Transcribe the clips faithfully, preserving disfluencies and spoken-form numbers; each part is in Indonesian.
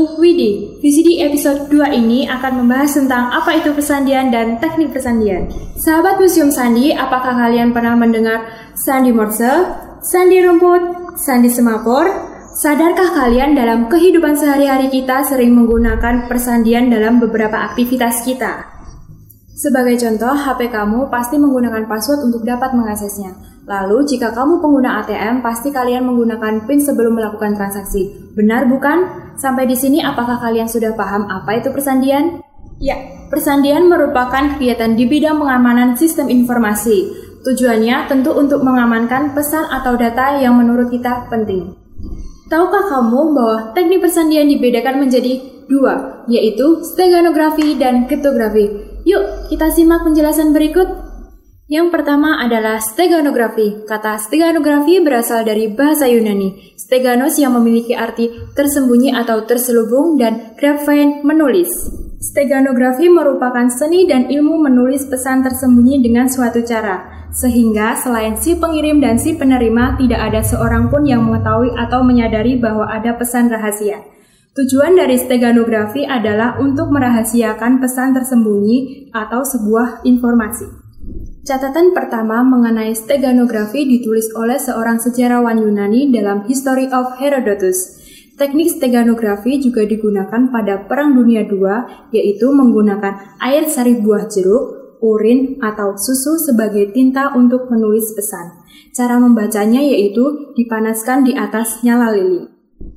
aku, Widi. V C D episode dua ini akan membahas tentang apa itu pesandian dan teknik pesandian. Sahabat Museum Sandi, apakah kalian pernah mendengar sandi morse, sandi rumput, sandi semapur? Sadarkah kalian dalam kehidupan sehari-hari kita sering menggunakan persandian dalam beberapa aktivitas kita? Sebagai contoh, H P kamu pasti menggunakan password untuk dapat mengaksesnya. Lalu, jika kamu pengguna A T M, pasti kalian menggunakan PIN sebelum melakukan transaksi. Benar bukan? Sampai di sini, apakah kalian sudah paham apa itu persandian? Ya, persandian merupakan kegiatan di bidang pengamanan sistem informasi. Tujuannya tentu untuk mengamankan pesan atau data yang menurut kita penting. Tahukah kamu bahwa teknik persandian dibedakan menjadi dua, yaitu steganografi dan kriptografi? Yuk, kita simak penjelasan berikut. Yang pertama adalah steganografi. Kata steganografi berasal dari bahasa Yunani. Steganos yang memiliki arti tersembunyi atau terselubung dan graphein menulis. Steganografi merupakan seni dan ilmu menulis pesan tersembunyi dengan suatu cara, sehingga selain si pengirim dan si penerima tidak ada seorang pun yang mengetahui atau menyadari bahwa ada pesan rahasia. Tujuan dari steganografi adalah untuk merahasiakan pesan tersembunyi atau sebuah informasi. Catatan pertama mengenai steganografi ditulis oleh seorang sejarawan Yunani dalam History of Herodotus. Teknik steganografi juga digunakan pada Perang Dunia kedua, yaitu menggunakan air sari buah jeruk, urin, atau susu sebagai tinta untuk menulis pesan. Cara membacanya yaitu dipanaskan di atas nyala lilin.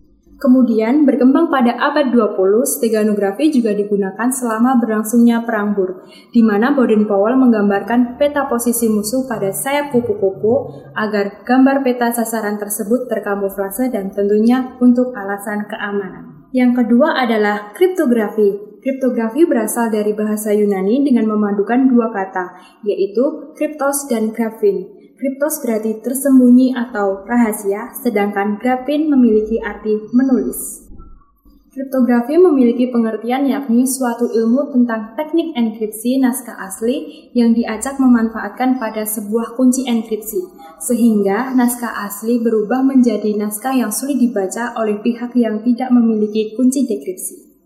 Kemudian berkembang pada abad dua puluh, steganografi juga digunakan selama berlangsungnya Perang Boer, di mana Baden-Powell menggambarkan peta posisi musuh pada sayap kupu-kupu agar gambar peta sasaran tersebut terkamuflase dan tentunya untuk alasan keamanan. Yang kedua adalah kriptografi. Kriptografi berasal dari bahasa Yunani dengan memadukan dua kata, yaitu kriptos dan graphein. Kriptos berarti tersembunyi atau rahasia, sedangkan graphein memiliki arti menulis. Kriptografi memiliki pengertian yakni suatu ilmu tentang teknik enkripsi naskah asli yang diacak memanfaatkan pada sebuah kunci enkripsi, sehingga naskah asli berubah menjadi naskah yang sulit dibaca oleh pihak yang tidak memiliki kunci dekripsi.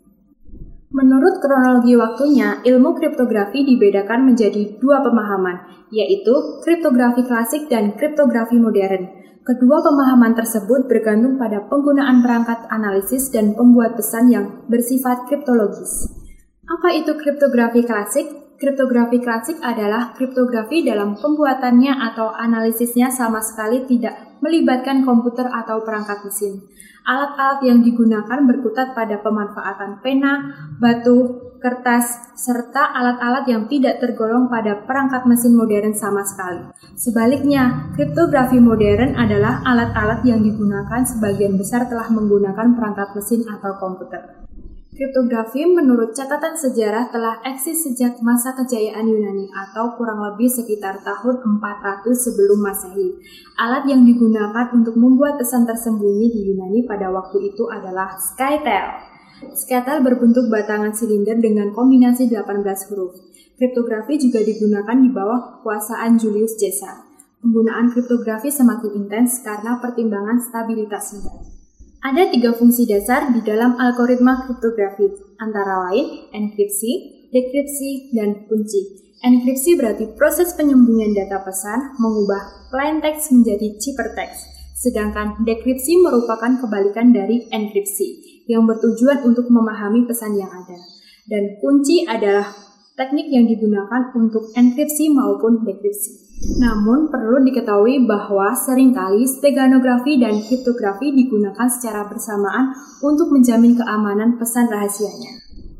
Menurut kronologi waktunya, ilmu kriptografi dibedakan menjadi dua pemahaman, yaitu kriptografi klasik dan kriptografi modern. Kedua pemahaman tersebut bergantung pada penggunaan perangkat analisis dan pembuat pesan yang bersifat kriptologis. Apa itu kriptografi klasik? Kriptografi klasik adalah kriptografi dalam pembuatannya atau analisisnya sama sekali tidak melibatkan komputer atau perangkat mesin. Alat-alat yang digunakan berkutat pada pemanfaatan pena, batu, kertas, serta alat-alat yang tidak tergolong pada perangkat mesin modern sama sekali. Sebaliknya, kriptografi modern adalah alat-alat yang digunakan sebagian besar telah menggunakan perangkat mesin atau komputer. Kriptografi menurut catatan sejarah telah eksis sejak masa kejayaan Yunani atau kurang lebih sekitar tahun empat ratus sebelum Masehi. Alat yang digunakan untuk membuat pesan tersembunyi di Yunani pada waktu itu adalah skytel. Skytel berbentuk batangan silinder dengan kombinasi delapan belas huruf. Kriptografi juga digunakan di bawah kekuasaan Julius Caesar. Penggunaan kriptografi semakin intens karena pertimbangan stabilitas negara. Ada tiga fungsi dasar di dalam algoritma kriptografi, antara lain enkripsi, dekripsi, dan kunci. Enkripsi berarti proses penyembunyian data pesan mengubah plain text menjadi ciphertext, sedangkan dekripsi merupakan kebalikan dari enkripsi, yang bertujuan untuk memahami pesan yang ada. Dan kunci adalah teknik yang digunakan untuk enkripsi maupun dekripsi. Namun, perlu diketahui bahwa seringkali steganografi dan kriptografi digunakan secara bersamaan untuk menjamin keamanan pesan rahasianya.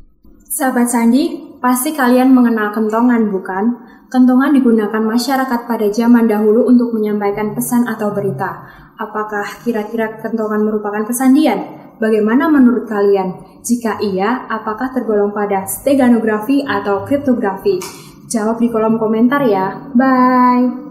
Sahabat Sandi, pasti kalian mengenal kentongan, bukan? Kentongan digunakan masyarakat pada zaman dahulu untuk menyampaikan pesan atau berita. Apakah kira-kira kentongan merupakan pesandian? Bagaimana menurut kalian? Jika iya, apakah tergolong pada steganografi atau kriptografi? Jawab di kolom komentar ya. Bye!